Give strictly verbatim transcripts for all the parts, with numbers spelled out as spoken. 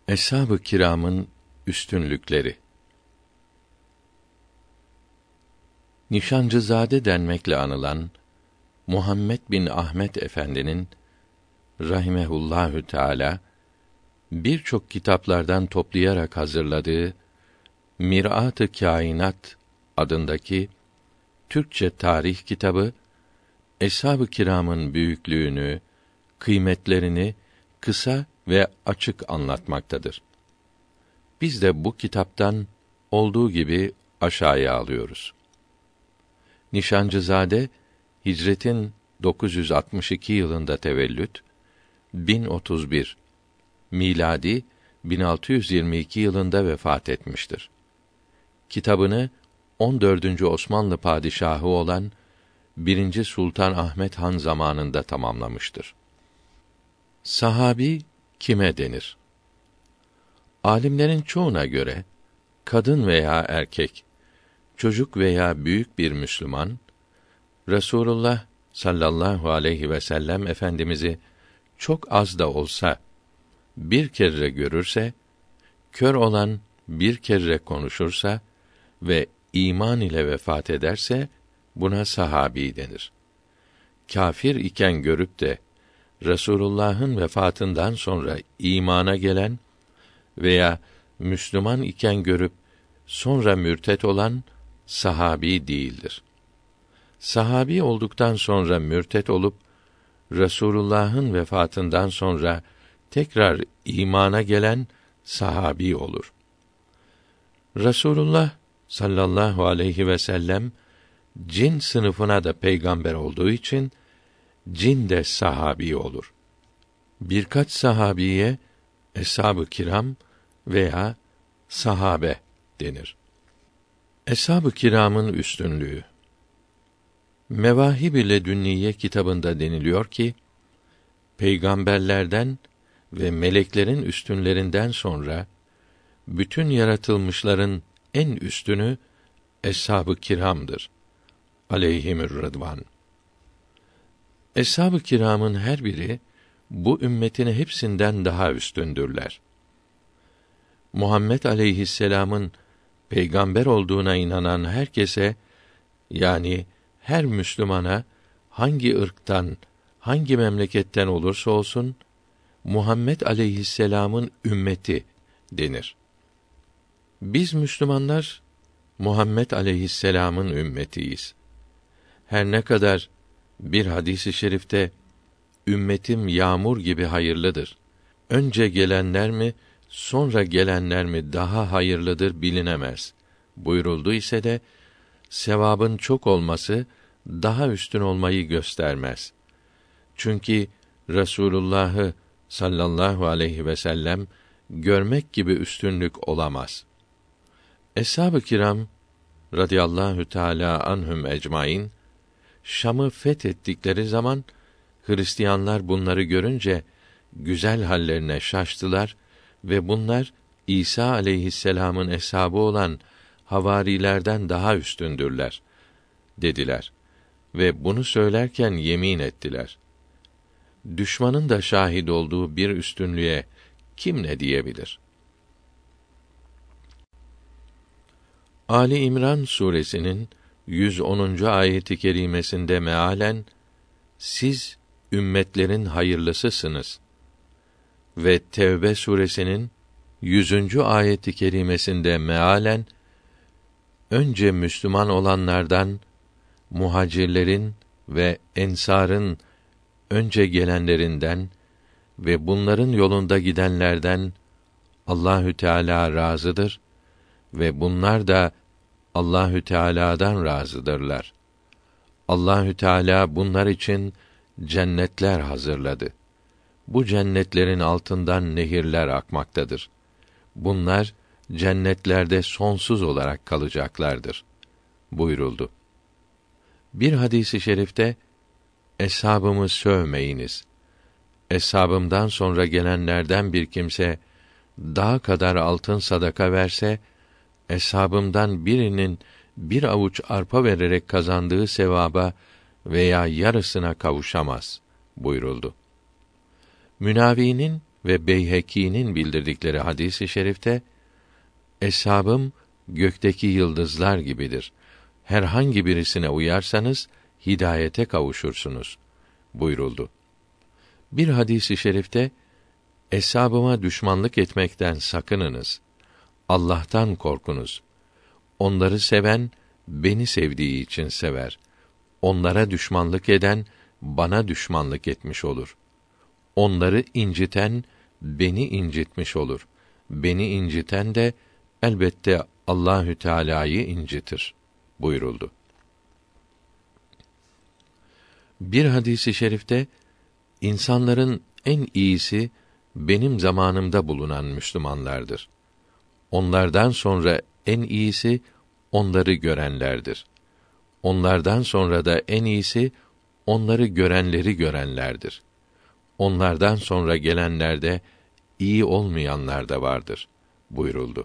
Eshab-ı kiramın üstünlükleri. Nişancızade denmekle anılan Muhammed bin Ahmed Efendi'nin rahimehullahü teâlâ birçok kitaplardan toplayarak hazırladığı Mir'at-ı Kâinat adındaki Türkçe tarih kitabı, Eshab-ı kiramın büyüklüğünü, kıymetlerini kısa ve açık anlatmaktadır. Biz de bu kitaptan olduğu gibi aşağıya alıyoruz. Nişancızade Hicretin dokuz yüz altmış iki yılında tevellüt, bin otuz bir, miladi bin altı yüz yirmi iki yılında vefat etmiştir. Kitabını on dördüncü Osmanlı padişahı olan birinci Sultan Ahmet Han zamanında tamamlamıştır. Sahabi kime denir? Alimlerin çoğuna göre kadın veya erkek, çocuk veya büyük bir Müslüman, Resulullah sallallahu aleyhi ve sellem Efendimizi çok az da olsa bir kere görürse, kör olan bir kere konuşursa ve iman ile vefat ederse buna sahabi denir. Kâfir iken görüp de Resulullah'ın vefatından sonra imana gelen veya Müslüman iken görüp sonra mürtet olan sahabi değildir. Sahabi olduktan sonra mürtet olup Resulullah'ın vefatından sonra tekrar imana gelen sahabi olur. Resulullah sallallahu aleyhi ve sellem cin sınıfına da peygamber olduğu için cin de sahabi olur. Birkaç sahabiye eshab-ı kiram veya sahabe denir. Eshab-ı kiramın üstünlüğü. Mevâhib-i Ledünniye kitabında deniliyor ki, peygamberlerden ve meleklerin üstünlerinden sonra bütün yaratılmışların en üstünü eshab-ı kiramdır. Aleyhimür rıdvan. Eshab-ı kiramın her biri bu ümmetin hepsinden daha üstündürler. Muhammed aleyhisselam'ın peygamber olduğuna inanan herkese, yani her Müslümana hangi ırktan, hangi memleketten olursa olsun Muhammed aleyhisselam'ın ümmeti denir. Biz Müslümanlar Muhammed aleyhisselam'ın ümmetiyiz. Her ne kadar bir hadis-i şerifte ümmetim yağmur gibi hayırlıdır, önce gelenler mi, sonra gelenler mi daha hayırlıdır bilinemez buyuruldu ise de sevabın çok olması daha üstün olmayı göstermez. Çünkü Resulullah'ı sallallahu aleyhi ve sellem görmek gibi üstünlük olamaz. Eshab-ı kiram radıyallahu teâlâ anhum ecmaîn Şam'ı fethettikleri zaman Hristiyanlar bunları görünce güzel hallerine şaştılar ve bunlar İsa aleyhisselam'ın eshabı olan havarilerden daha üstündürler dediler ve bunu söylerken yemin ettiler. Düşmanın da şahit olduğu bir üstünlüğe kim ne diyebilir? Ali İmran suresinin yüz onuncu ayeti kerimesinde mealen siz ümmetlerin hayırlısısınız ve Tevbe suresinin yüzüncü ayeti kerimesinde mealen önce Müslüman olanlardan muhacirlerin ve ensarın önce gelenlerinden ve bunların yolunda gidenlerden Allahü Teala razıdır ve bunlar da Allahü Teala'dan razıdırlar. Allahü Teala bunlar için cennetler hazırladı. Bu cennetlerin altından nehirler akmaktadır. Bunlar cennetlerde sonsuz olarak kalacaklardır buyuruldu. Bir hadisi şerifte eshabımı sövmeyiniz. Eshabımdan sonra gelenlerden bir kimse dağ kadar altın sadaka verse, eshabımdan birinin bir avuç arpa vererek kazandığı sevaba veya yarısına kavuşamaz buyuruldu. Münavi'nin ve Beyheki'nin bildirdikleri hadis-i şerifte, eshabım gökteki yıldızlar gibidir. Herhangi birisine uyarsanız hidayete kavuşursunuz buyuruldu. Bir hadis-i şerifte, eshabıma düşmanlık etmekten sakınınız. Allah'tan korkunuz. Onları seven beni sevdiği için sever. Onlara düşmanlık eden bana düşmanlık etmiş olur. Onları inciten beni incitmiş olur. Beni inciten de elbette Allahü Teala'yı incitir buyuruldu. Bir hadisi şerifte, insanların en iyisi benim zamanımda bulunan Müslümanlardır. Onlardan sonra en iyisi onları görenlerdir. Onlardan sonra da en iyisi onları görenleri görenlerdir. Onlardan sonra gelenlerde iyi olmayanlar da vardır buyuruldu.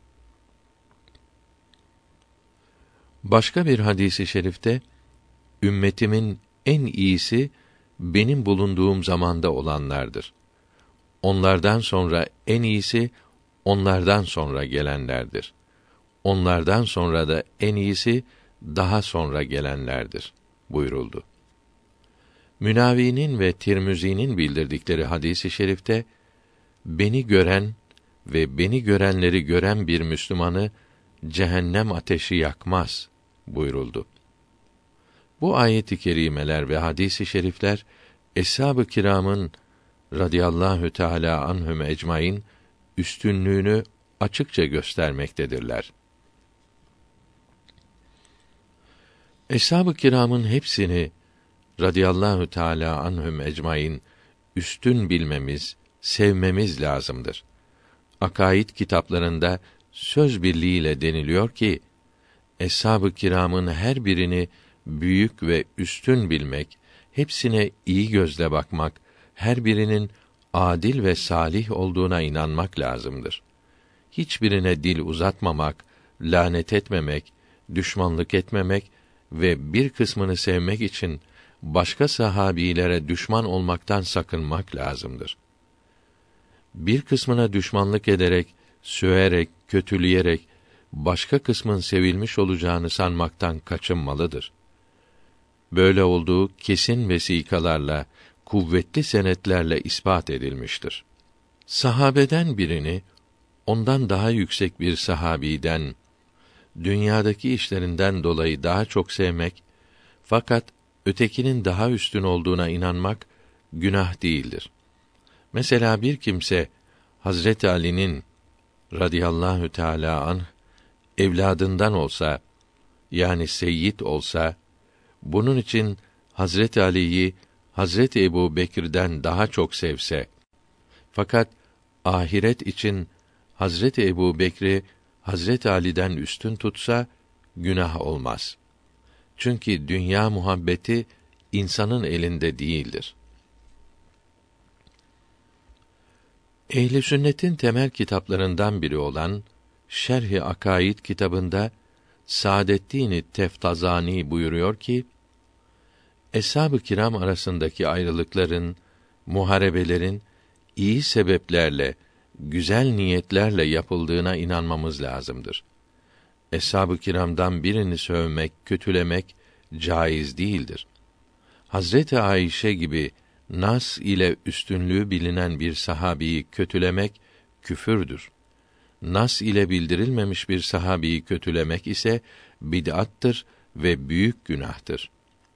Başka bir hadisi şerifte, ümmetimin en iyisi benim bulunduğum zamanda olanlardır. Onlardan sonra en iyisi onlardan sonra gelenlerdir. Onlardan sonra da en iyisi daha sonra gelenlerdir buyuruldu. Münavi'nin ve Tirmizi'nin bildirdikleri hadisi şerifte, beni gören ve beni görenleri gören bir Müslümanı cehennem ateşi yakmaz buyuruldu. Bu ayet-i kerimeler ve hadis-i şerifler eshab-ı kiramın radıyallahu teâlâ anhum ecmaîn üstünlüğünü açıkça göstermektedirler. Eshab-ı kiramın hepsini radıyallahu teâlâ anhum ecmaîn üstün bilmemiz, sevmemiz lazımdır. Akaid kitaplarında söz birliğiyle deniliyor ki, eshab-ı kiramın her birini büyük ve üstün bilmek, hepsine iyi gözle bakmak, her birinin adil ve salih olduğuna inanmak lazımdır. Hiçbirine dil uzatmamak, lanet etmemek, düşmanlık etmemek ve bir kısmını sevmek için başka sahabilere düşman olmaktan sakınmak lazımdır. Bir kısmına düşmanlık ederek, söverek, kötüleyerek başka kısmın sevilmiş olacağını sanmaktan kaçınmalıdır. Böyle olduğu kesin vesikalarla, kuvvetli senetlerle ispat edilmiştir. Sahabeden birini ondan daha yüksek bir sahabiden, dünyadaki işlerinden dolayı daha çok sevmek, fakat ötekinin daha üstün olduğuna inanmak günah değildir. Mesela bir kimse Hazreti Ali'nin radıyallahu teâlâ anh evladından olsa, yani seyyid olsa, bunun için Hazreti Ali'yi Hazreti Ebubekir'den daha çok sevse, fakat ahiret için Hazreti Ebubekir'i Hazreti Ali'den üstün tutsa günah olmaz. Çünkü dünya muhabbeti insanın elinde değildir. Ehl-i Sünnet'in temel kitaplarından biri olan Şerh-i Akaid kitabında Sâdeddin Teftazani buyuruyor ki, Eshab-ı kiram arasındaki ayrılıkların, muharebelerin iyi sebeplerle, güzel niyetlerle yapıldığına inanmamız lazımdır. Eshab-ı kiramdan birini sövmek, kötülemek caiz değildir. Hazreti Ayşe gibi nas ile üstünlüğü bilinen bir sahabiyi kötülemek küfürdür. Nas ile bildirilmemiş bir sahabiyi kötülemek ise bid'attır ve büyük günahtır.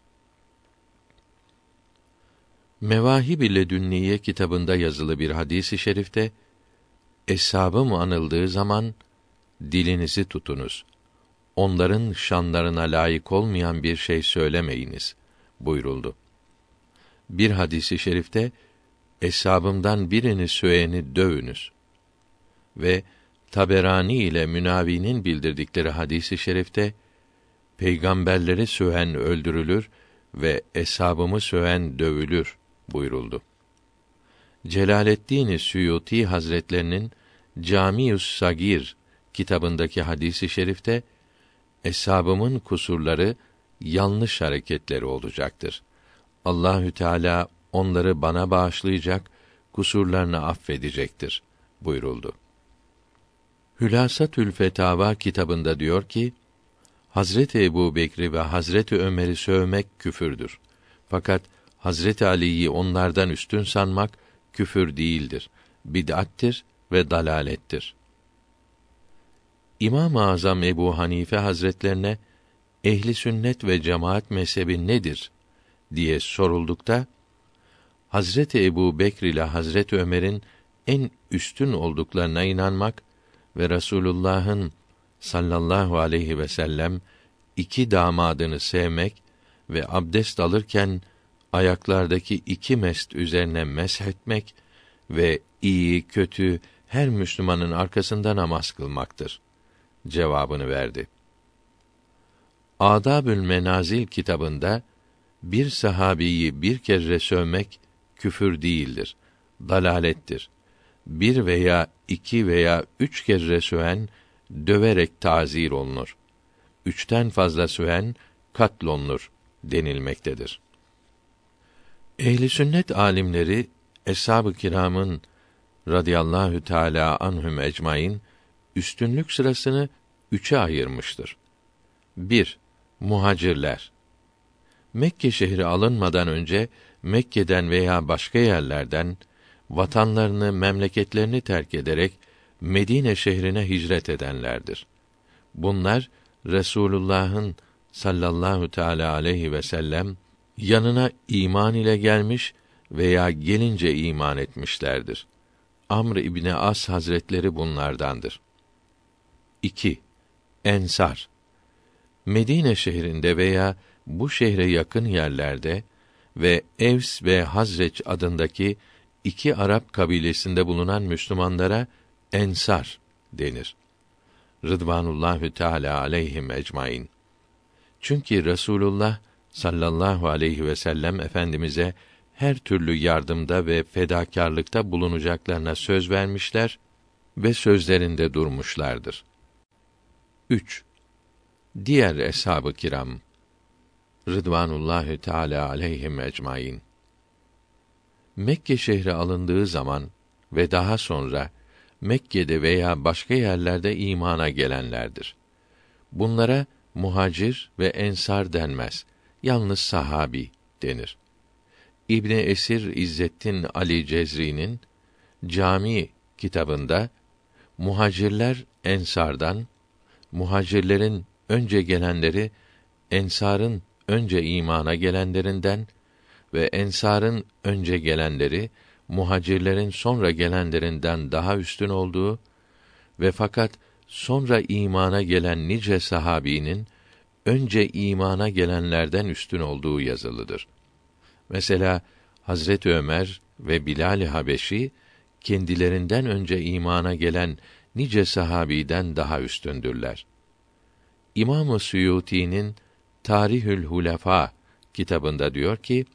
Mevâhib-i Ledünniye kitabında yazılı bir hadis-i şerifte, eshab-ım anıldığı zaman dilinizi tutunuz. Onların şanlarına layık olmayan bir şey söylemeyiniz buyuruldu. Bir hadis-i şerifte, eshabımdan birini söğeni dövünüz. Ve Taberani ile Münavi'nin bildirdikleri hadis-i şerifte, peygamberleri söven öldürülür ve eshabımı söven dövülür buyuruldu. Celaleddin Suyuti Hazretlerinin Câmius Sagir kitabındaki hadis-i şerifte, eshabımın kusurları yanlış hareketleri olacaktır. Allahü Teala onları bana bağışlayacak, kusurlarını affedecektir buyuruldu. Hülasatül Fetava kitabında diyor ki, Hazreti Ebubekir'i ve Hazreti Ömer'i sövmek küfürdür. Fakat Hazreti Ali'yi onlardan üstün sanmak küfür değildir, bid'attir ve dalalettir. İmam-ı Azam Ebu Hanife Hazretlerine ehli sünnet ve cemaat mezhebi nedir diye soruldukta, Hazreti Ebubekir ile Hazreti Ömer'in en üstün olduklarına inanmak ve Resulullah'ın sallallahu aleyhi ve sellem iki damadını sevmek ve abdest alırken ayaklardaki iki mest üzerine meshetmek ve iyi kötü her Müslümanın arkasında namaz kılmaktır cevabını verdi. Âdâbül Menâzil kitabında bir sahabiyi bir kere sövmek küfür değildir, dalalettir. Bir veya iki veya üç kere söven döverek tazir olunur. Üçten fazla söven katlolunur denilmektedir. Ehli sünnet alimleri eshab-ı kiramın radıyallahu teâlâ anhum ecmaîn üstünlük sırasını üçe ayırmıştır. bir. Muhacirler. Mekke şehri alınmadan önce Mekke'den veya başka yerlerden vatanlarını, memleketlerini terk ederek Medine şehrine hicret edenlerdir. Bunlar Resulullah'ın sallallahu teâlâ aleyhi ve sellem yanına iman ile gelmiş veya gelince iman etmişlerdir. Amr İbni As Hazretleri bunlardandır. iki. Ensar. Medine şehrinde veya bu şehre yakın yerlerde ve Evs ve Hazreç adındaki iki Arap kabilesinde bulunan Müslümanlara Ensar denir. Rıdvanullahü Teâlâ aleyhim ecmaîn. Çünkü Resulullah sallallahu aleyhi ve sellem efendimize her türlü yardımda ve fedakârlıkta bulunacaklarına söz vermişler ve sözlerinde durmuşlardır. üç. Diğer eshab-ı kiram Rıdvanullahü Teâlâ aleyhim ecmaîn. Mekke şehri alındığı zaman ve daha sonra Mekke'de veya başka yerlerde imana gelenlerdir. Bunlara muhacir ve ensar denmez. Yalnız sahabi denir. İbn Esir İzzettin Ali Cezri'nin Cami kitabında muhacirler ensardan, muhacirlerin önce gelenleri ensarın önce imana gelenlerinden ve ensarın önce gelenleri muhacirlerin sonra gelenlerinden daha üstün olduğu ve fakat sonra imana gelen nice sahabinin önce imana gelenlerden üstün olduğu yazılıdır. Mesela Hazreti Ömer ve Bilal-i Habeşi kendilerinden önce imana gelen nice sahabiden daha üstündürler. İmam-ı Suyuti'nin Tarihül Hulefâ kitabında diyor ki,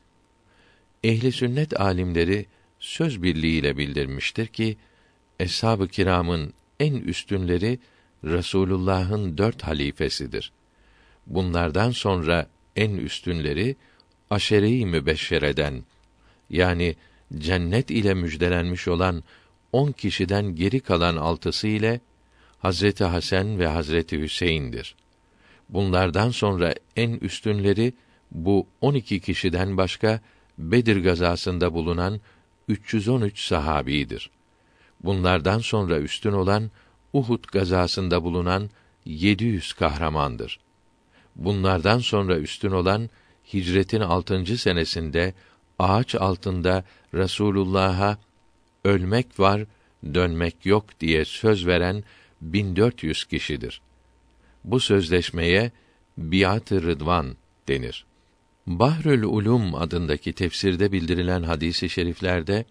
ehli sünnet alimleri söz birliğiyle bildirmiştir ki eshab-ı kiramın en üstünleri Resulullah'ın dört halifesidir. Bunlardan sonra en üstünleri aşere-i mübeşşereden, yani cennet ile müjdelenmiş olan on kişiden geri kalan altısı ile Hazreti Hasan ve Hazreti Hüseyin'dir. Bunlardan sonra en üstünleri bu on iki kişiden başka Bedir gazasında bulunan üç yüz on üç sahabidir. Bunlardan sonra üstün olan Uhud gazasında bulunan yedi yüz kahramandır. Bunlardan sonra üstün olan hicretin altıncı senesinde ağaç altında Resulullah'a ölmek var, dönmek yok diye söz veren bin dört yüz kişidir. Bu sözleşmeye Biat-ı Rıdvan denir. Bahrül Ulum adındaki tefsirde bildirilen hadis-i şeriflerde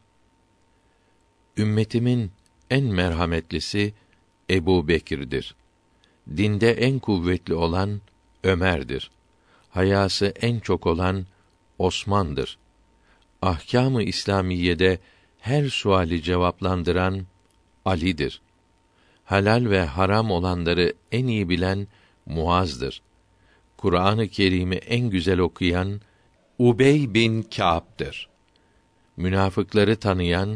ümmetimin en merhametlisi Ebu Bekir'dir. Dinde en kuvvetli olan Ömer'dir. Hayası en çok olan Osman'dır. Ahkâm-ı İslamiyede her suali cevaplandıran Ali'dir. Helal ve haram olanları en iyi bilen Muaz'dır. Kur'an-ı Kerim'i en güzel okuyan Ubey bin Kâb'dır. Münafıkları tanıyan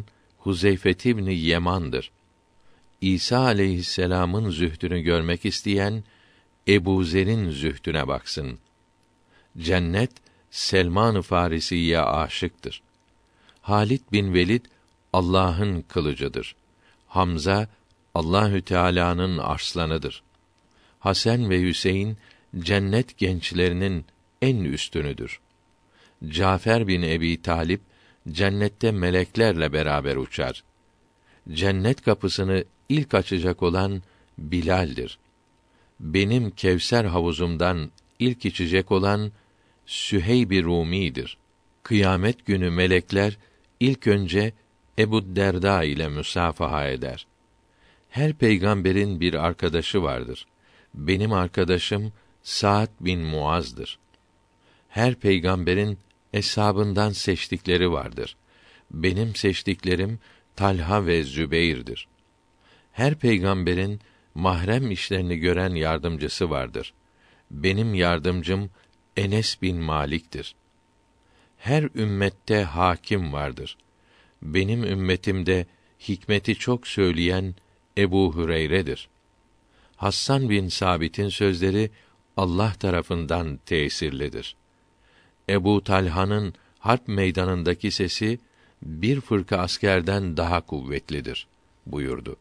Huzeyfe ibn Yeman'dır. İsa aleyhisselam'ın zühdünü görmek isteyen Ebu Zer'in zühdüne baksın. Cennet Selman-ı Farisi'ye aşıktır. Halid bin Velid Allah'ın kılıcıdır. Hamza Allahü Teala'nın arslanıdır. Hasan ve Hüseyin cennet gençlerinin en üstünüdür. Cafer bin Ebi Talip cennette meleklerle beraber uçar. Cennet kapısını ilk açacak olan Bilal'dir. Benim Kevser havuzumdan ilk içecek olan Süheyb-i Rumi'dir. Kıyamet günü melekler ilk önce Ebu Derda ile müsafaha eder. Her peygamberin bir arkadaşı vardır. Benim arkadaşım Sa'd bin Muaz'dır. Her peygamberin eshabından seçtikleri vardır. Benim seçtiklerim Talha ve Zübeyr'dir. Her peygamberin mahrem işlerini gören yardımcısı vardır. Benim yardımcım Enes bin Malik'tir. Her ümmette hakim vardır. Benim ümmetimde hikmeti çok söyleyen Ebu Hüreyre'dir. Hassan bin Sabit'in sözleri Allah tarafından tesirlidir. Ebu Talha'nın harp meydanındaki sesi bir fırka askerden daha kuvvetlidir buyurdu.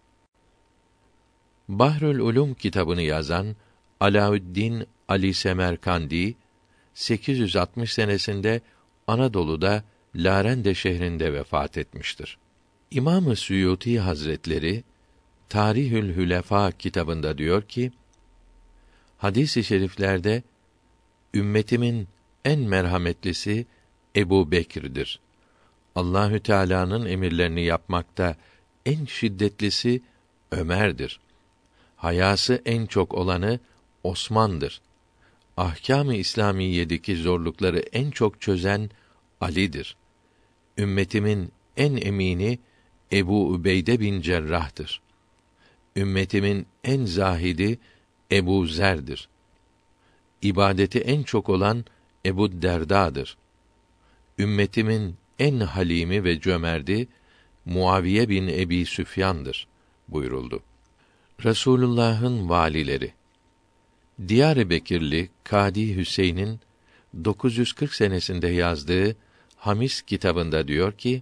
Bahrül Ulûm kitabını yazan Alaüddin Ali Semerkandi sekiz yüz altmış senesinde Anadolu'da Larende şehrinde vefat etmiştir. İmam-ı Suyuti Hazretleri Tarihül Hülefâ kitabında diyor ki: Hadis-i şeriflerde ümmetimin en merhametlisi Ebu Bekir'dir. Allahü Teala'nın emirlerini yapmakta en şiddetlisi Ömer'dir. Hayası en çok olanı Osman'dır. Ahkâm-ı İslamiyye'deki zorlukları en çok çözen Ali'dir. Ümmetimin en emini Ebu Ubeyde bin Cerrah'tır. Ümmetimin en zahidi Ebu Zer'dir. İbadeti en çok olan Ebu Derda'dır. Ümmetimin en halimi ve cömerdi Muaviye bin Ebi Süfyan'dır buyuruldu. Resulullah'ın valileri Diyarbekirli Kadi Hüseyin'in dokuz yüz kırk senesinde yazdığı Hamis kitabında diyor ki: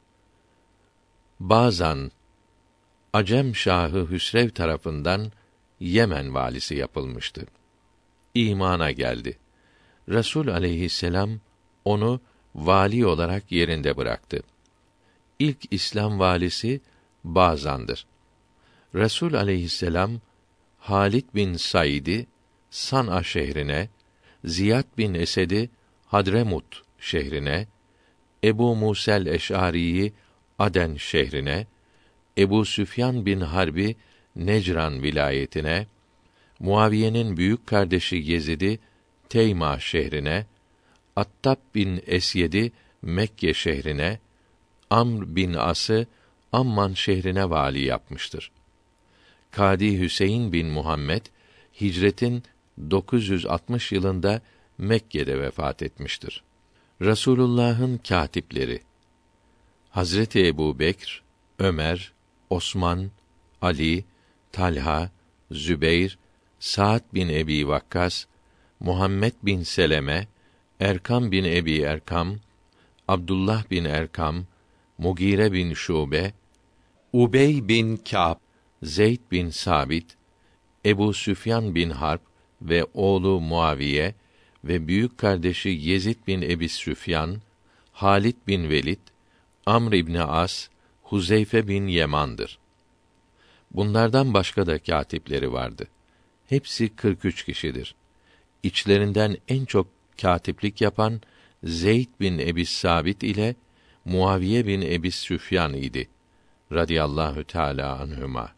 Bazan Acem Şahı Hüsrev tarafından Yemen valisi yapılmıştı. İmana geldi. Resul aleyhisselam onu vali olarak yerinde bıraktı. İlk İslam valisi Bazan'dır. Resul aleyhisselam Halid bin Said'i San'a şehrine, Ziyad bin Esed'i Hadremut şehrine, Ebu Musel Eş'ari'yi Aden şehrine, Ebu Süfyan bin Harb'i Necran vilayetine, Muaviye'nin büyük kardeşi Yezid'i Teyma şehrine, Attab bin Esyed'i Mekke şehrine, Amr bin As'ı Amman şehrine vali yapmıştır. Kadi Hüseyin bin Muhammed hicretin dokuz yüz altmış yılında Mekke'de vefat etmiştir. Resulullah'ın katipleri Hazreti Ebubekr, Ömer, Osman, Ali, Talha, Zübeyr, Sa'd bin Ebi Vakkas, Muhammed bin Seleme, Erkam bin Ebi Erkam, Abdullah bin Erkam, Mugire bin Şube, Ubey bin Kâb, Zeyd bin Sabit, Ebu Süfyan bin Harp ve oğlu Muaviye ve büyük kardeşi Yezid bin Ebi Süfyan, Halid bin Velid, Amr İbni As, Huzeyfe bin Yeman'dır. Bunlardan başka da katipleri vardı. Hepsi kırk üç kişidir. İçlerinden en çok katiplik yapan Zeyd bin Ebi Sabit ile Muaviye bin Ebi Süfyan idi. Radiyallahu Teala anhuma.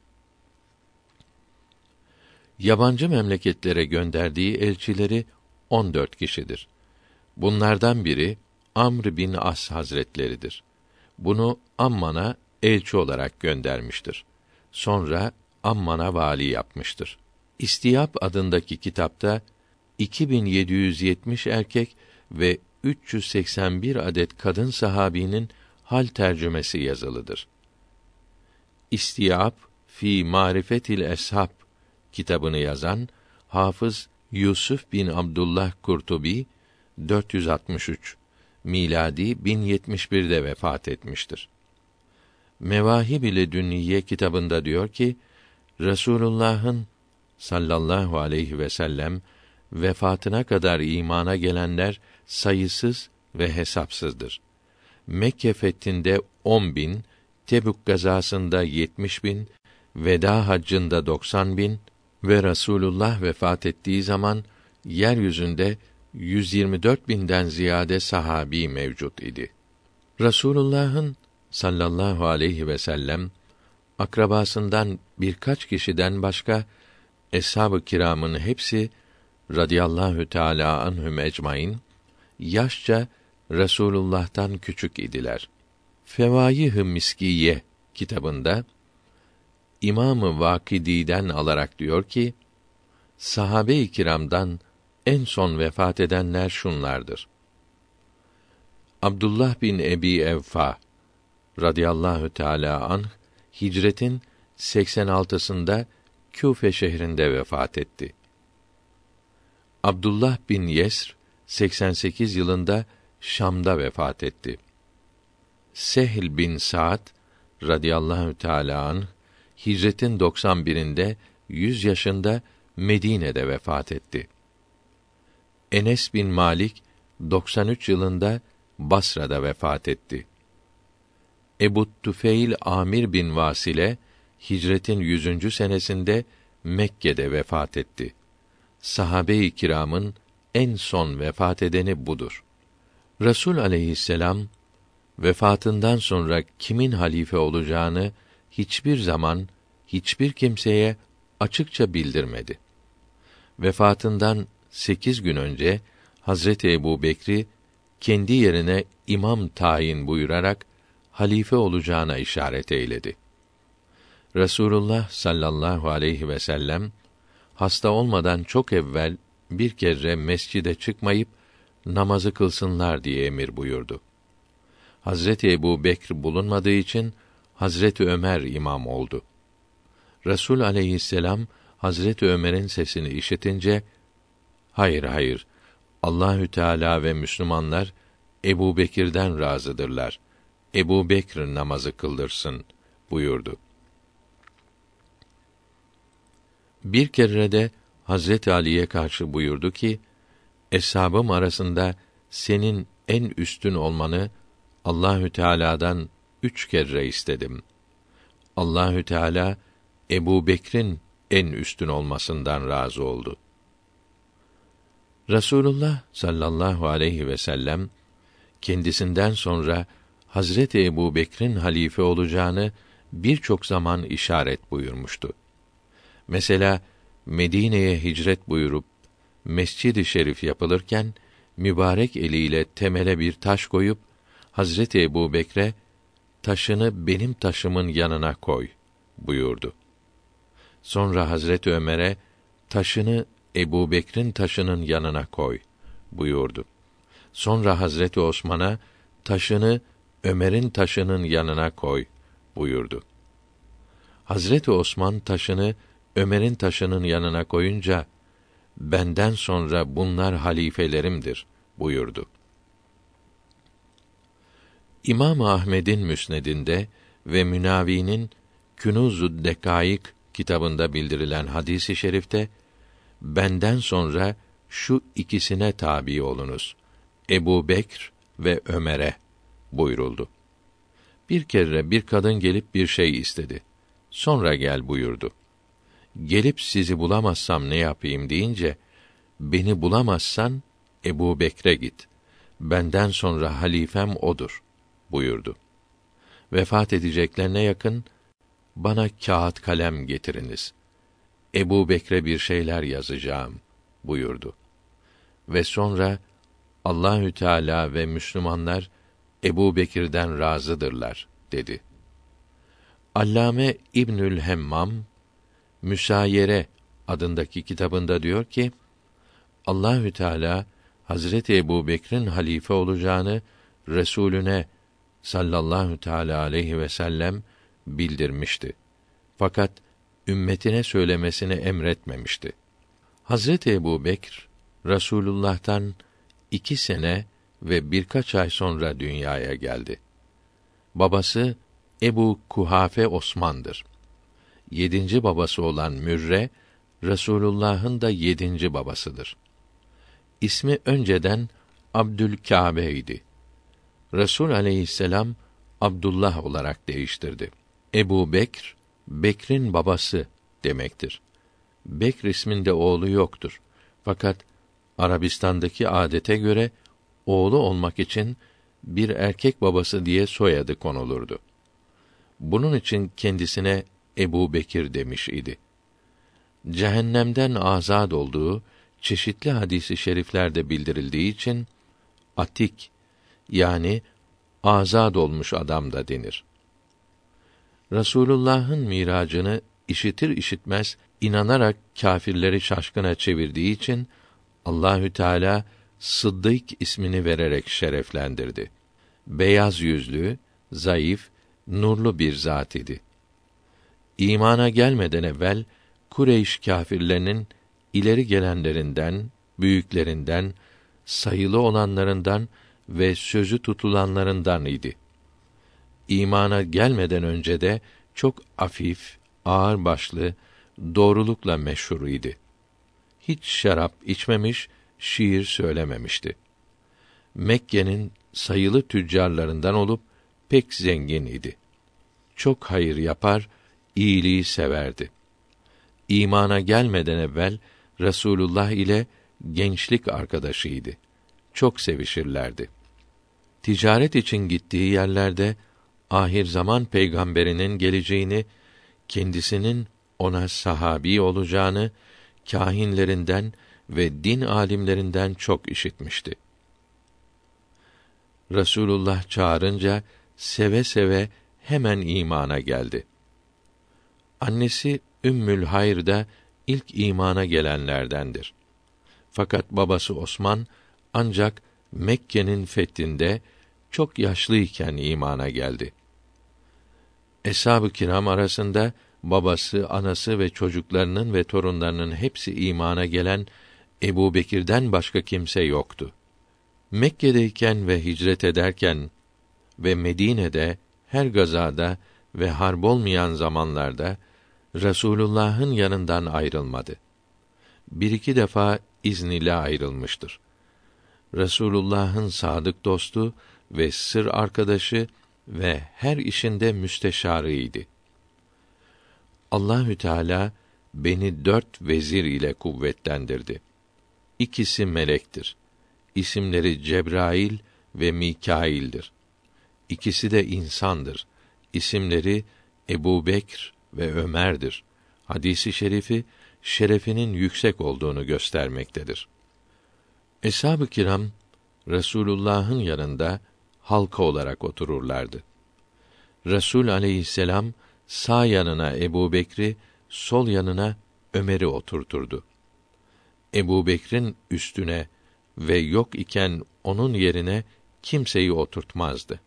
Yabancı memleketlere gönderdiği elçileri on dört kişidir. Bunlardan biri Amr bin As Hazretleridir. Bunu Amman'a elçi olarak göndermiştir. Sonra Amman'a vali yapmıştır. İstiyab adındaki kitapta iki bin yedi yüz yetmiş erkek ve üç yüz seksen bir adet kadın sahabinin hal tercümesi yazılıdır. İstiyab fi Marifetil Eshab kitabını yazan Hafız Yusuf bin Abdullah Kurtubi dört yüz altmış üç miladi bin yetmiş bir'de vefat etmiştir. Mevahib ile Dünniye kitabında diyor ki, Resulullah'ın sallallahu aleyhi ve sellem vefatına kadar imana gelenler sayısız ve hesapsızdır. Mekke fethinde on bin, Tebük gazasında yetmiş bin, Veda haccında doksan bin ve Rasulullah vefat ettiği zaman yeryüzünde yüz yirmi dört binden ziyade sahabi mevcut idi. Rasulullah'ın sallallahu aleyhi ve sellem akrabasından birkaç kişiden başka eshab-ı kiramın hepsi radıyallahu teâlâ anhum ecmaîn yaşça Resulullah'tan küçük idiler. Fevaih-ı Miskiye kitabında İmam-ı Vakidi'den alarak diyor ki, sahabe-i kiramdan en son vefat edenler şunlardır. Abdullah bin Ebi Evfa radıyallahu teâlâ anh hicretin seksen altısında Küfe şehrinde vefat etti. Abdullah bin Yesr seksen sekiz yılında Şam'da vefat etti. Sehl bin Sa'd radıyallahu teâlâ anh hicretin doksan bir'inde yüz yaşında Medine'de vefat etti. Enes bin Malik doksan üç yılında Basra'da vefat etti. Ebu Tüfeil Amir bin Vasile hicretin yüzüncü senesinde Mekke'de vefat etti. Sahabe-i kiramın en son vefat edeni budur. Resul aleyhisselam vefatından sonra kimin halife olacağını hiçbir zaman hiçbir kimseye açıkça bildirmedi. Vefatından sekiz gün önce Hazreti Ebubekir'i kendi yerine imam tayin buyurarak halife olacağına işaret eyledi. Resulullah sallallahu aleyhi ve sellem hasta olmadan çok evvel bir kere mescide çıkmayıp namazı kılsınlar diye emir buyurdu. Hazreti Ebubekir bulunmadığı için Hazreti Ömer imam oldu. Resul aleyhisselam Hazreti Ömer'in sesini işitince, hayır hayır, Allahü Teala ve Müslümanlar Ebubekir'den razıdırlar. Ebubekir namazı kıldırsın buyurdu. Bir kere de Hazreti Ali'ye karşı buyurdu ki, eshabım arasında senin en üstün olmanı Allahü Teala'dan üç kere istedim. Allahü Teala Ebubekir'in en üstün olmasından razı oldu. Resulullah sallallahu aleyhi ve sellem kendisinden sonra Hazreti Ebubekir'in halife olacağını birçok zaman işaret buyurmuştu. Mesela Medine'ye hicret buyurup Mescid-i Şerif yapılırken mübarek eliyle temele bir taş koyup Hazreti Ebubekir'e taşını benim taşımın yanına koy buyurdu. Sonra Hazreti Ömer'e taşını Ebubekir'in taşının yanına koy buyurdu. Sonra Hazreti Osman'a taşını Ömer'in taşının yanına koy buyurdu. Hazreti Osman taşını Ömer'in taşının yanına koyunca benden sonra bunlar halifelerimdir buyurdu. İmam Ahmed'in Müsned'inde ve Münavi'nin Künûz-u Dekâik kitabında bildirilen hadis-i şerifte benden sonra şu ikisine tabi olunuz. Ebubekr ve Ömer'e buyuruldu. Bir kere bir kadın gelip bir şey istedi. Sonra gel buyurdu. Gelip sizi bulamazsam ne yapayım deyince, beni bulamazsan Ebubekir'e git. Benden sonra halifem odur buyurdu. Vefat edeceklerine yakın, bana kağıt kalem getiriniz. Ebubekir'e bir şeyler yazacağım buyurdu. Ve sonra Allahü Teala ve Müslümanlar Ebubekir'den razıdırlar dedi. Allame İbnül Hemmam Müsayere adındaki kitabında diyor ki, Allahü Teala Hazreti Ebubekir'in halife olacağını Resulüne sallallahu teâlâ aleyhi ve sellem bildirmişti. Fakat ümmetine söylemesini emretmemişti. Hazreti Ebubekr, Rasulullah'tan iki sene ve birkaç ay sonra dünyaya geldi. Babası Ebu Kuhafe Osman'dır. Yedinci babası olan Mürre, Resulullah'ın da yedinci babasıdır. İsmi önceden Abdülkâbe idi. Resul aleyhisselam Abdullah olarak değiştirdi. Ebu Bekr, Bekr'in babası demektir. Bekr isminde oğlu yoktur. Fakat Arabistan'daki adete göre oğlu olmak için bir erkek babası diye soyadı konulurdu. Bunun için kendisine Ebu Bekir demiş idi. Cehennemden azad olduğu çeşitli hadisi şeriflerde bildirildiği için atik yani azad olmuş adam da denir. Resulullah'ın miracını işitir işitmez inanarak kâfirleri şaşkına çevirdiği için Allahü Teala Sıddık ismini vererek şereflendirdi. Beyaz yüzlü, zayıf, nurlu bir zat idi. İmana gelmeden evvel Kureyş kâfirlerinin ileri gelenlerinden, büyüklerinden, sayılı olanlarından ve sözü tutulanlarından idi. İmana gelmeden önce de çok afif, ağırbaşlı, doğrulukla meşhur idi. Hiç şarap içmemiş, şiir söylememişti. Mekke'nin sayılı tüccarlarından olup pek zengin idi. Çok hayır yapar, iyiliği severdi. İmana gelmeden evvel Resulullah ile gençlik arkadaşıydı. Çok sevişirlerdi. Ticaret için gittiği yerlerde ahir zaman peygamberinin geleceğini, kendisinin ona sahabi olacağını kâhinlerinden ve din alimlerinden çok işitmişti. Resulullah çağırınca seve seve hemen imana geldi. Annesi Ümmül Hayr da ilk imana gelenlerdendir. Fakat babası Osman ancak Mekke'nin fethinde çok yaşlıyken imana geldi. Eshab-ı kiram arasında babası, anası ve çocuklarının ve torunlarının hepsi imana gelen Ebu Bekir'den başka kimse yoktu. Mekke'deyken ve hicret ederken ve Medine'de her gazada ve harp olmayan zamanlarda Resulullah'ın yanından ayrılmadı. Bir iki defa izniyle ayrılmıştır. Resulullah'ın sadık dostu ve sır arkadaşı ve her işinde müsteşarıydı. Allahü Teala beni dört vezir ile kuvvetlendirdi. İkisi melektir. İsimleri Cebrail ve Mikail'dir. İkisi de insandır. İsimleri Ebubekr ve Ömer'dir. Hadisi şerifi şerefinin yüksek olduğunu göstermektedir. Eshab-ı kiram Resulullah'ın yanında halka olarak otururlardı. Resul aleyhisselam sağ yanına Ebubekir'i, sol yanına Ömer'i oturturdu. Ebubekir'in üstüne ve yok iken onun yerine kimseyi oturtmazdı.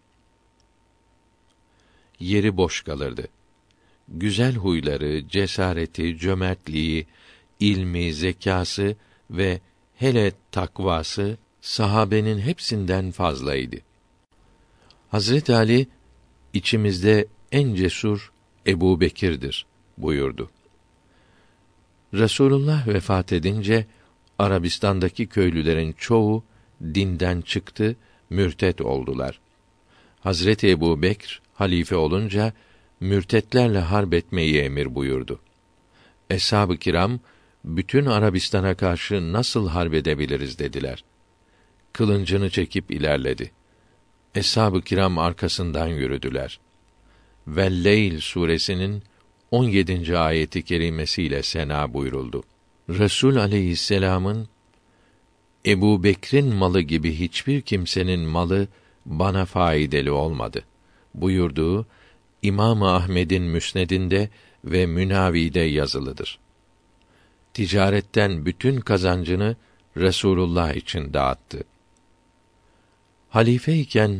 Yeri boş kalırdı. Güzel huyları, cesareti, cömertliği, ilmi, zekâsı ve hele takvası sahabenin hepsinden fazlaydı. Hazret Ali içimizde en cesur Ebubekir'dir buyurdu. Resulullah vefat edince Arabistan'daki köylülerin çoğu dinden çıktı, mürtet oldular. Hazreti Ebubekr halife olunca mürtetlerle harp etmeyi emir buyurdu. Eshab-ı kiram bütün Arabistan'a karşı nasıl harp edebiliriz dediler. Kılıncını çekip ilerledi. Eshab-ı kiram arkasından yürüdüler. Vel-Leyl suresinin on yedinci ayeti kerimesiyle sena buyuruldu. Resul aleyhisselam'ın Ebu Bekr'in malı gibi hiçbir kimsenin malı bana faydalı olmadı buyurduğu İmam-ı Ahmed'in Müsned'inde ve Münavi'de yazılıdır. Ticaretten bütün kazancını Resulullah için dağıttı. Halife iken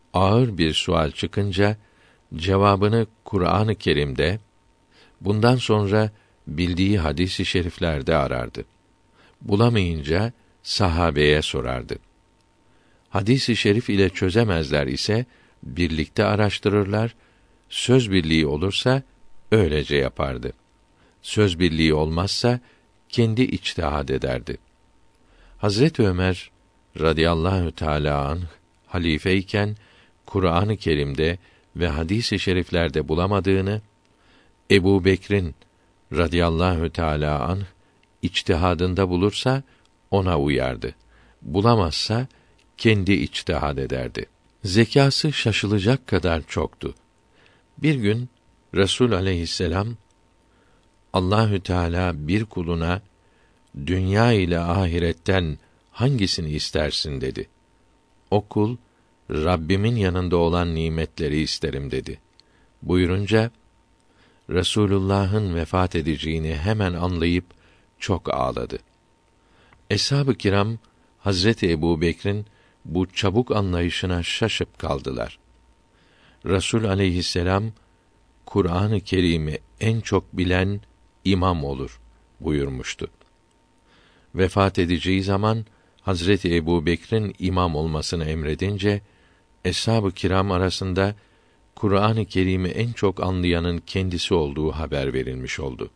ağır bir sual çıkınca cevabını Kur'an-ı Kerim'de, bundan sonra bildiği hadis-i şeriflerde arardı. Bulamayınca sahabeye sorardı. Hadis-i şerif ile çözemezler ise birlikte araştırırlar, söz birliği olursa öylece yapardı. Söz birliği olmazsa kendi içtihad ederdi. Hazreti Ömer radıyallahu teâlâ anh halifeyken Kur'an-ı Kerim'de ve hadis-i şeriflerde bulamadığını, Ebu Bekr'in radıyallahu teâlâ anh içtihadında bulursa ona uyardı. Bulamazsa kendi içtihad ederdi. Zekâsı şaşılacak kadar çoktu. Bir gün Resul aleyhisselam, Allahü Teala bir kuluna dünya ile ahiretten hangisini istersin dedi. O kul, Rabbimin yanında olan nimetleri isterim dedi. Buyurunca Resulullah'ın vefat edeceğini hemen anlayıp çok ağladı. Eshab-ı kiram Hazreti Ebubekir'in bu çabuk anlayışına şaşıp kaldılar. Resul aleyhisselam Kur'an-ı Kerim'i en çok bilen imam olur buyurmuştu. Vefat edeceği zaman Hazreti Ebubekir'in imam olmasını emredince eshab-ı kiram arasında Kur'an-ı Kerim'i en çok anlayanın kendisi olduğu haber verilmiş oldu.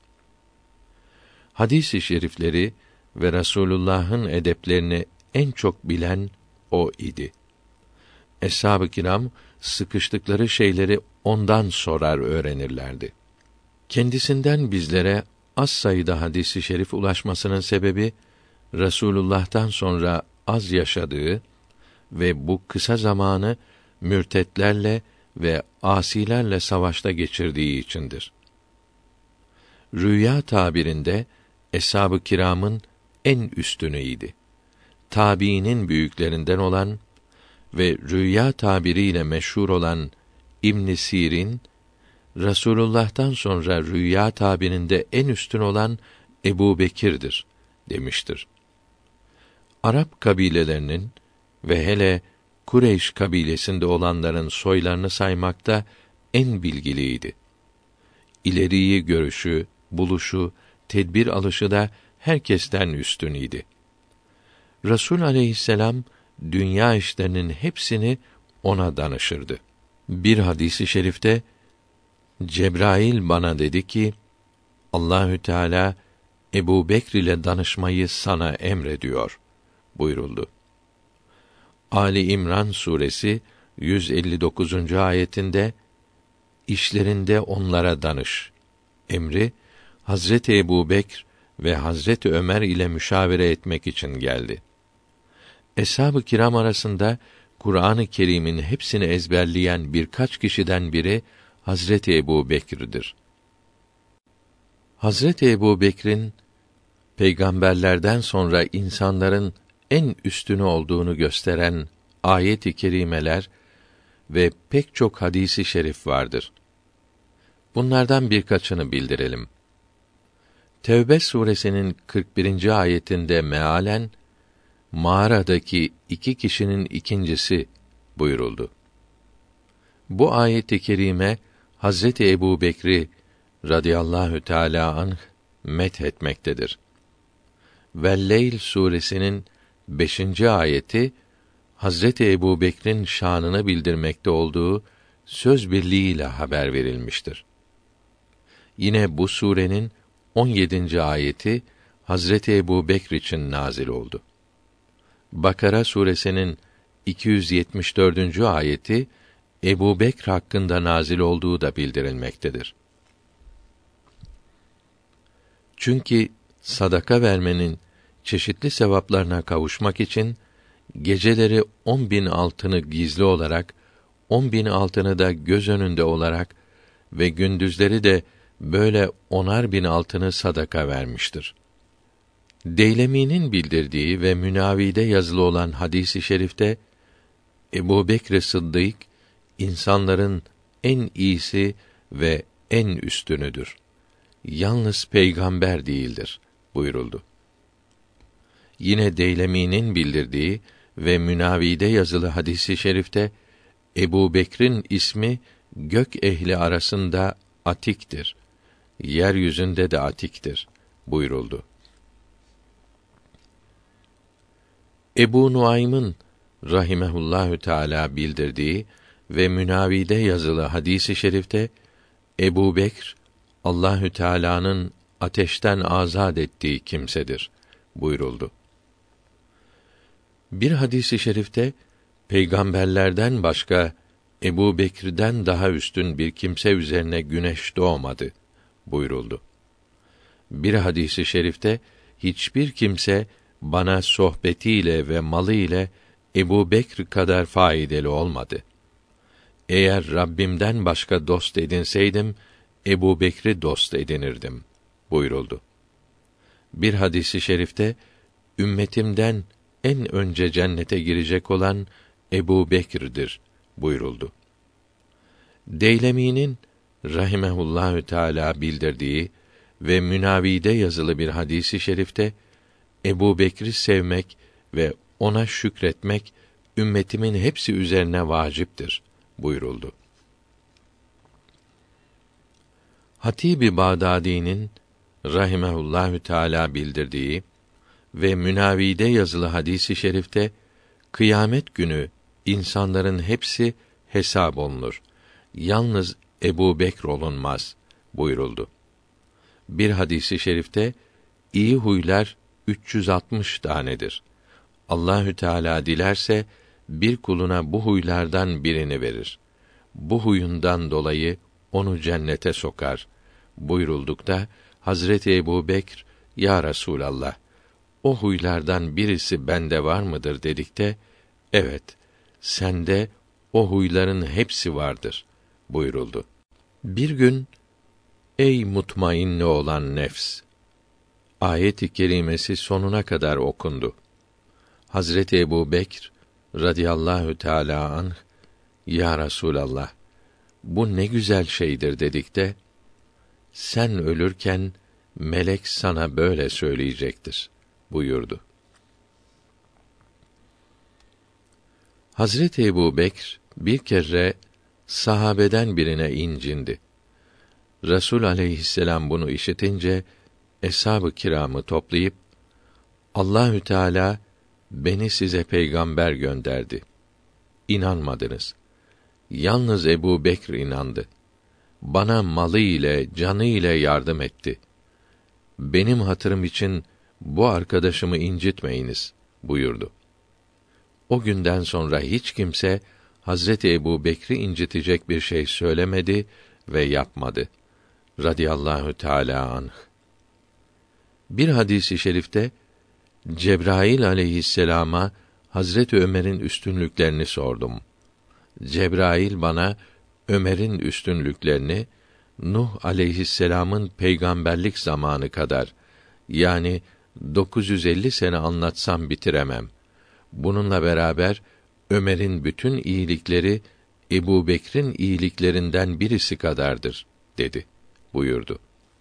Hadis-i şerifleri ve Resulullah'ın edeplerini en çok bilen o idi. Eshab-ı kiram sıkıştıkları şeyleri ondan sorar öğrenirlerdi. Kendisinden bizlere az sayıda hadis-i şerif ulaşmasının sebebi Resulullah'tan sonra az yaşadığı ve bu kısa zamanı mürtetlerle ve asilerle savaşta geçirdiği içindir. Rüya tabirinde eshab-ı kiramın en üstünüydi. Tabiinin büyüklerinden olan ve rüya tabiriyle meşhur olan İbn Sirin, Resulullah'tan sonra rüya tabirinde en üstün olan Ebu Bekir'dir demiştir. Arap kabilelerinin ve hele Kureyş kabilesinde olanların soylarını saymakta en bilgiliydi. İleriyi görüşü, buluşu, tedbir alışı da herkesten üstün idi. Resul aleyhisselam dünya işlerinin hepsini ona danışırdı. Bir hadisi şerifte Cebrail bana dedi ki, Allahü Teala Ebu Bekr ile danışmayı sana emrediyor buyuruldu. Ali İmran suresi yüz elli dokuzuncu ayetinde işlerinde onlara danış emri Hazreti Ebu Bekr ve Hazreti Ömer ile müşavere etmek için geldi. Eshab-ı kiram arasında Kur'an-ı Kerim'in hepsini ezberleyen birkaç kişiden biri Hazreti Ebu Bekir'dir. Hazreti Ebu Bekir'in peygamberlerden sonra insanların en üstünü olduğunu gösteren ayet-i kerimeler ve pek çok hadisi şerif vardır. Bunlardan birkaçını bildirelim. Tevbe suresinin kırk birinci ayetinde mealen mağaradaki iki kişinin ikincisi buyuruldu. Bu ayet-i kerime Hazreti Ebu Bekri radıyallahu teâlâ anh methetmektedir. Vel-Leyl suresinin beşinci ayeti Hazreti Ebu Bekr'in şanını bildirmekte olduğu söz birliğiyle haber verilmiştir. Yine bu surenin on yedinci ayeti Hazreti Ebu Bekr için nazil oldu. Bakara suresinin iki yüz yetmiş dördüncü ayeti Ebu Bekr hakkında nazil olduğu da bildirilmektedir. Çünkü sadaka vermenin çeşitli sevaplarına kavuşmak için geceleri on bin altını gizli olarak, on bin altını da göz önünde olarak ve gündüzleri de böyle onar bin altını sadaka vermiştir. Deylemi'nin bildirdiği ve Münavide yazılı olan hadis-i şerifte Ebu Bekr Sıddık insanların en iyisi ve en üstünüdür. Yalnız peygamber değildir buyuruldu. Yine Deylemi'nin bildirdiği ve Münavide yazılı hadis-i şerifte Ebu Bekr'in ismi gök ehli arasında Atik'tir. Yeryüzünde de Atik'tir buyuruldu. Ebu Nuaym'ın rahimehullahü teâlâ bildirdiği ve Münavide yazılı hadisi i şerifte Ebu Bekr Allahü Teala'nın ateşten azad ettiği kimsedir buyuruldu. Bir hadisi i şerifte peygamberlerden başka Ebu Bekir'den daha üstün bir kimse üzerine güneş doğmadı buyuruldu. Bir hadisi i şerifte hiçbir kimse bana sohbetiyle ve malı ile Ebu Bekr kadar faydalı olmadı. Eğer Rabbimden başka dost edinseydim, Ebu Bekr'i dost edinirdim buyuruldu. Bir hadisi i şerifte ümmetimden en önce cennete girecek olan Ebu Bekir'dir buyuruldu. Deylemi'nin rahimehullahü teâlâ bildirdiği ve Münavide yazılı bir hadisi i şerifte Ebu Bekr'i sevmek ve ona şükretmek ümmetimin hepsi üzerine vaciptir buyuruldu. Hatib-i Bağdadi'nin rahimehullahü teâlâ bildirdiği ve Münavide yazılı hadisi i şerifte kıyamet günü insanların hepsi hesap olunur. Yalnız Ebu Bekr olunmaz buyuruldu. Bir hadisi i şerifte iyi huylar üç yüz altmış tanedir. Allahü Teala dilerse bir kuluna bu huylardan birini verir. Bu huyundan dolayı onu cennete sokar buyuruldukta Hazreti Ebu Bekr, ya Resûlallah, o huylardan birisi bende var mıdır dedikte, evet, sende o huyların hepsi vardır buyuruldu. Bir gün, ey mutmainne olan nefs, ayet-i kerimesi sonuna kadar okundu. Hazreti Ebu Bekr radıyallahu teâlâ anh, ya Resûlallah, bu ne güzel şeydir dedikte, sen ölürken melek sana böyle söyleyecektir buyurdu. Hazreti Ebu Bekr bir kere sahabeden birine incindi. Resul aleyhisselam bunu işitince eshab-ı kiramı toplayıp Allahü Teala beni size peygamber gönderdi. İnanmadınız. Yalnız Ebu Bekr inandı. Bana malı ile, canı ile yardım etti. Benim hatırım için bu arkadaşımı incitmeyiniz buyurdu. O günden sonra hiç kimse Hazreti Ebu Bekr'i incitecek bir şey söylemedi ve yapmadı. Radiyallahu Teâlâ anh. Bir hadisi i şerifte Cebrail aleyhisselama Hazreti Ömer'in üstünlüklerini sordum. Cebrail bana Ömer'in üstünlüklerini Nuh aleyhisselamın peygamberlik zamanı kadar, yani dokuz yüz elli sene anlatsam bitiremem. Bununla beraber Ömer'in bütün iyilikleri Ebu Bekr'in iyiliklerinden birisi kadardır dedi buyurdu.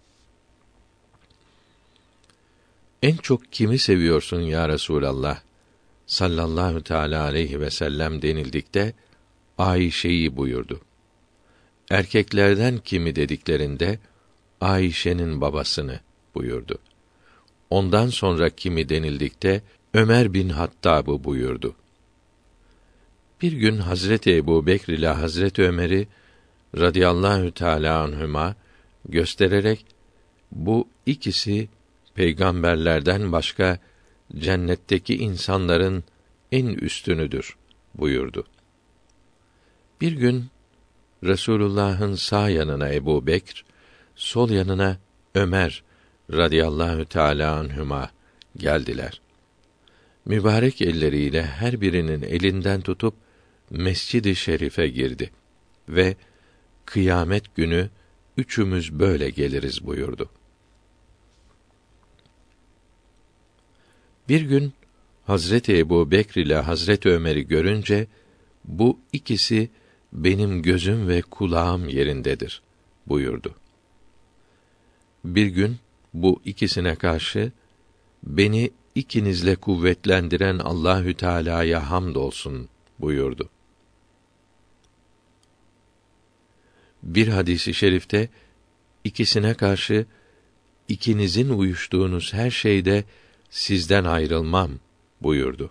En çok kimi seviyorsun ya Resûlallah sallallahu teâlâ aleyhi ve sellem denildikte Ayşe'yi buyurdu. Erkeklerden kimi dediklerinde Ayşe'nin babasını buyurdu. Ondan sonra kimi denildikte Ömer bin Hattab'ı buyurdu. Bir gün Hazreti Ebu Bekr ile Hazreti Ömer'i radıyallahu teâlâ anhüma göstererek bu ikisi peygamberlerden başka cennetteki insanların en üstünüdür buyurdu. Bir gün Resulullah'ın sağ yanına Ebu Bekr, sol yanına Ömer radıyallahu teâlâ anhüma geldiler. Mübarek elleriyle her birinin elinden tutup Mescid-i Şerif'e girdi ve kıyamet günü üçümüz böyle geliriz buyurdu. Bir gün Hazreti Ebu Bekr ile Hazreti Ömer'i görünce bu ikisi benim gözüm ve kulağım yerindedir buyurdu. Bir gün bu ikisine karşı beni ikinizle kuvvetlendiren Allahü Teala'ya hamdolsun buyurdu. Bir hadisi şerifte ikisine karşı ikinizin uyuştuğunuz her şeyde sizden ayrılmam buyurdu.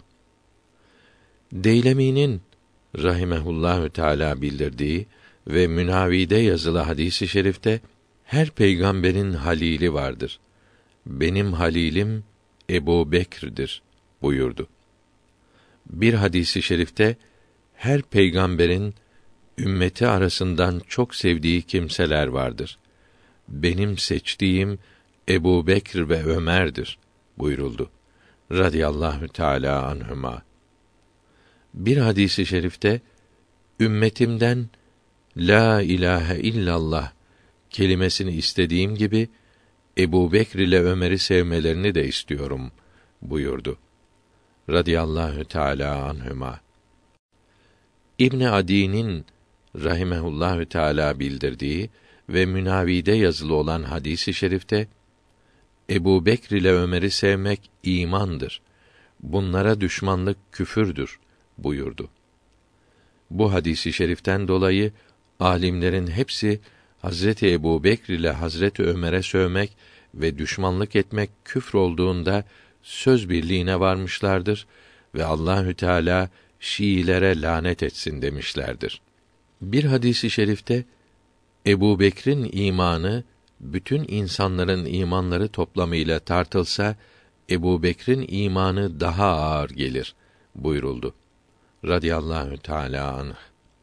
Deylemi'nin rahimehullahü teala bildirdiği ve Münavi'de yazılı hadisi şerifte her peygamberin halili vardır. Benim halilim Ebu Bekir'dir buyurdu. Bir hadisi şerifte her peygamberin ümmeti arasından çok sevdiği kimseler vardır. Benim seçtiğim Ebu Bekr ve Ömer'dir buyuruldu. Radiyallahu teâlâ anhuma. Bir hadisi şerifte ümmetimden la ilahe illallah kelimesini istediğim gibi Ebu Bekr ile Ömer'i sevmelerini de istiyorum buyurdu. Radiyallahu teâlâ anhuma. İbn Adi'nin rahimehullahü teâlâ bildirdiği ve Münavi'de yazılı olan hadisi şerifte Ebu Bekr ile Ömer'i sevmek imandır. Bunlara düşmanlık küfürdür buyurdu. Bu hadisi şeriften dolayı alimlerin hepsi Hazreti Ebu Bekr ile Hazreti Ömer'e sövmek ve düşmanlık etmek küfür olduğunda söz birliğine varmışlardır ve Allahü Teala Şiilere lanet etsin demişlerdir. Bir hadisi şerifte Ebu Bekr'in imanı bütün insanların imanları toplamıyla tartılsa Ebu Bekr'in imanı daha ağır gelir buyuruldu. Radiyallahu teâlâ anh.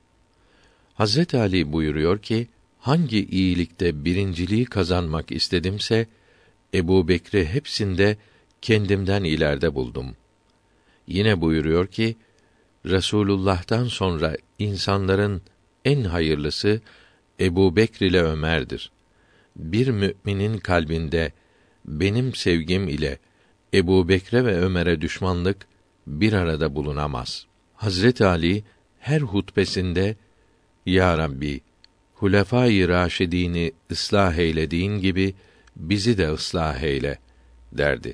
Hazret Ali buyuruyor ki, hangi iyilikte birinciliği kazanmak istedimse, Ebu Bekr'i hepsinde kendimden ileride buldum. Yine buyuruyor ki, Resulullah'tan sonra insanların en hayırlısı Ebu Bekr ile Ömer'dir. Bir müminin kalbinde benim sevgim ile Ebu Bekr'e ve Ömer'e düşmanlık bir arada bulunamaz. Hazret Ali her hutbesinde Ya Rabbi, Hulefâ-i Râşidîn'i ıslah eylediğin gibi bizi de ıslah eyle derdi.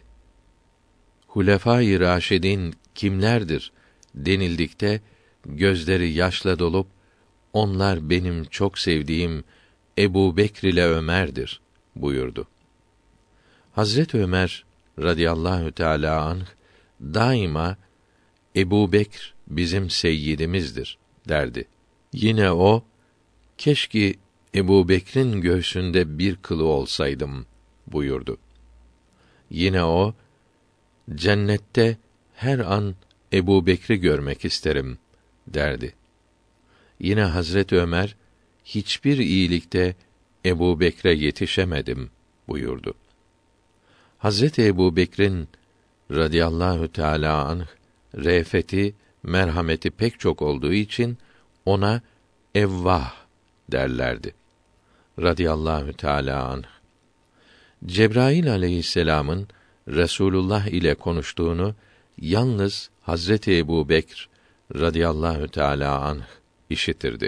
Hulefâ-i Râşidîn kimlerdir denildikte gözleri yaşla dolup onlar benim çok sevdiğim Ebu Bekr ile Ömer'dir buyurdu. Hazret Ömer radıyallahu teâlâ anh daima Ebu Bekr bizim seyyidimizdir derdi. Yine o, keşke Ebu Bekr'in göğsünde bir kılı olsaydım buyurdu. Yine o, cennette her an Ebu Bekr'i görmek isterim derdi. Yine Hazret Ömer, hiçbir iyilikte Ebu Bekr'e yetişemedim buyurdu. Hazreti Ebu Bekr'in radıyallahu teâlâ anh re'feti, merhameti pek çok olduğu için ona Evvah derlerdi. Radıyallahu teâlâ anh. Cebrail aleyhisselam'ın Resulullah ile konuştuğunu yalnız Hazreti Ebu Bekr radıyallahu teâlâ anh işitirdi.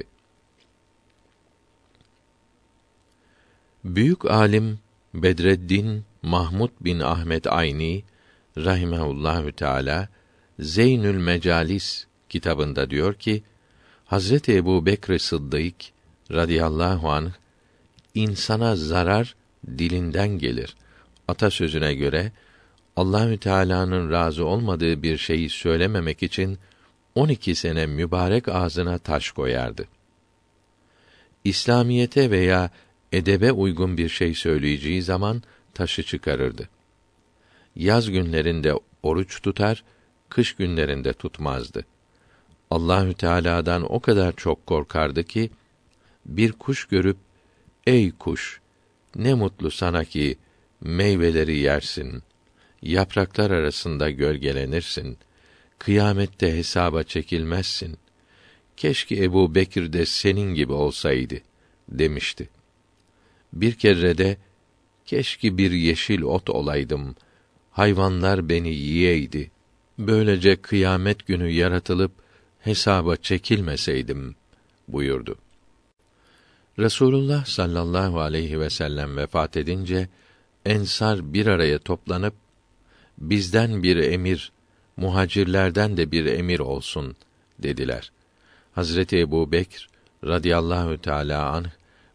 Büyük alim Bedreddin Mahmud bin Ahmed Ayni rahimehullahü teâlâ Zeynül Mecalis kitabında diyor ki, Hazreti Ebu Bekr Sıddık radıyallahu anh insana zarar dilinden gelir atasözüne göre Allahü Teala'nın razı olmadığı bir şeyi söylememek için on iki sene mübarek ağzına taş koyardı. İslamiyete veya edebe uygun bir şey söyleyeceği zaman taşı çıkarırdı. Yaz günlerinde oruç tutar, kış günlerinde tutmazdı. Allahü Teala'dan o kadar çok korkardı ki bir kuş görüp ey kuş ne mutlu sana ki meyveleri yersin, yapraklar arasında gölgelenirsin, kıyamette hesaba çekilmezsin. Keşke Ebu Bekir de senin gibi olsaydı demişti. Bir kere de keşke bir yeşil ot olaydım, hayvanlar beni yiyeydi. Böylece kıyamet günü yaratılıp hesaba çekilmeseydim buyurdu. Resulullah sallallahu aleyhi ve sellem vefat edince ensar bir araya toplanıp bizden bir emir, muhacirlerden de bir emir olsun dediler. Hazreti Ebu Bekr radıyallahu teâlâ anh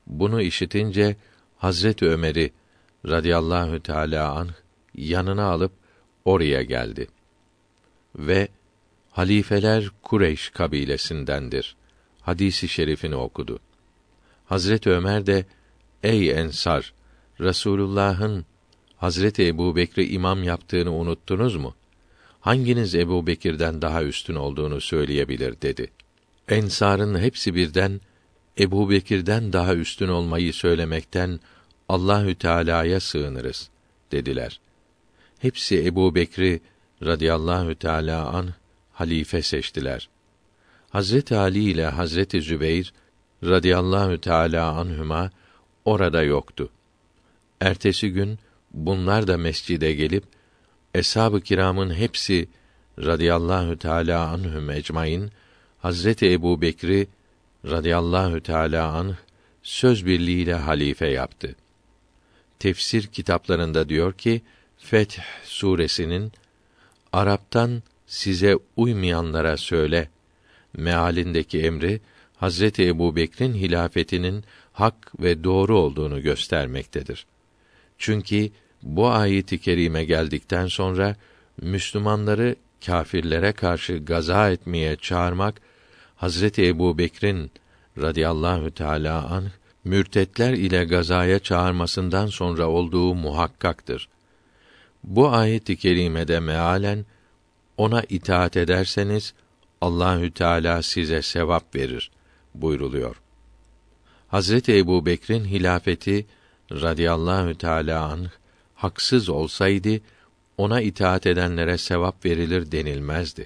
bunu işitince Hazreti Ömer'i radıyallahu teâlâ anh yanına alıp oraya geldi. Ve halifeler Kureyş kabilesindendir hadisi şerifini okudu. Hazreti Ömer de ey Ensar, Resulullah'ın Hazreti Ebubekir'i imam yaptığını unuttunuz mu? Hanginiz Ebubekir'den daha üstün olduğunu söyleyebilir dedi. Ensar'ın hepsi birden Ebubekir'den daha üstün olmayı söylemekten Allahü Teala'ya sığınırız dediler. Hepsi Ebubekir'i radıyallahu teâlâ anh halife seçtiler. Hazreti Ali ile Hazreti Zübeyr radıyallahu teâlâ anhuma orada yoktu. Ertesi gün bunlar da mescide gelip eshab-ı kiramın hepsi radıyallahu teâlâ anhum ecmaîn Hazreti Ebubekir'i radıyallahu teâlâ anh söz birliğiyle halife yaptı. Tefsir kitaplarında diyor ki Feth suresinin Arap'tan size uymayanlara söyle mealindeki emri Hazreti Ebubekir'in hilafetinin hak ve doğru olduğunu göstermektedir. Çünkü bu ayet-i kerime geldikten sonra Müslümanları kâfirlere karşı gaza etmeye çağırmak Hazreti Ebubekir'in radıyallahu teâlâ anh mürtetler ile gazaya çağırmasından sonra olduğu muhakkaktır. Bu ayet-i kerimede mealen ona itaat ederseniz Allahü Teala size sevap verir buyruluyor. Hazreti Ebubekir'in hilafeti radıyallahu teâlâ anh haksız olsaydı ona itaat edenlere sevap verilir denilmezdi.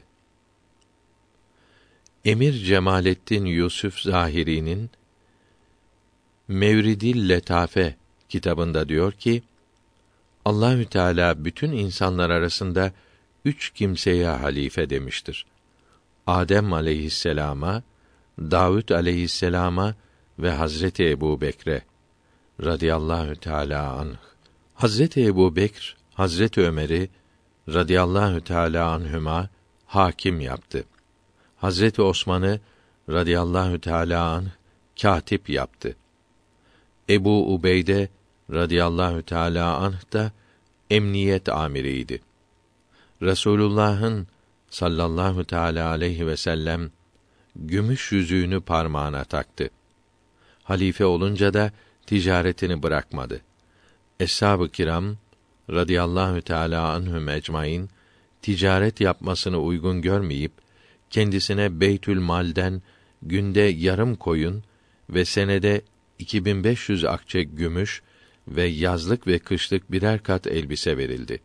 Emir Cemalettin Yusuf Zahiri'nin Mevridil Letafe kitabında diyor ki Allahü Teala bütün insanlar arasında üç kimseye halife demiştir. Adem aleyhisselama, Davud aleyhisselama ve Hazreti Ebubekir'e radıyallahu teâlâ anh. Hazreti Ebubekir, Hazreti Ömer'i radıyallahu teâlâ anhüma hakim yaptı. Hazreti Osman'ı radıyallahu teâlâ anh kâtip yaptı. Ebu Ubeyde radıyallahu teâlâ anh da emniyet amiriydi. Resulullah'ın sallallahu teâlâ aleyhi ve sellem gümüş yüzüğünü parmağına taktı. Halife olunca da ticaretini bırakmadı. Eshab-ı kiram radıyallahu teâlâ anhum ecmaîn ticaret yapmasını uygun görmeyip kendisine Beytül Mal'den günde yarım koyun ve senede iki bin beş yüz akçe gümüş ve yazlık ve kışlık birer kat elbise verildi.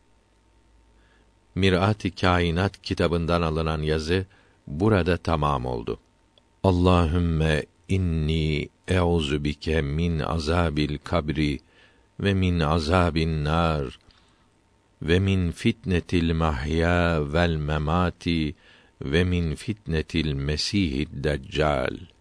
Mir'at-ı Kainat kitabından alınan yazı burada tamam oldu. Allahümme inni eûzu bike min azabil kabri ve min azabin nar ve min fitnetil mahya vel memati ve min fitnetil mesihid deccal.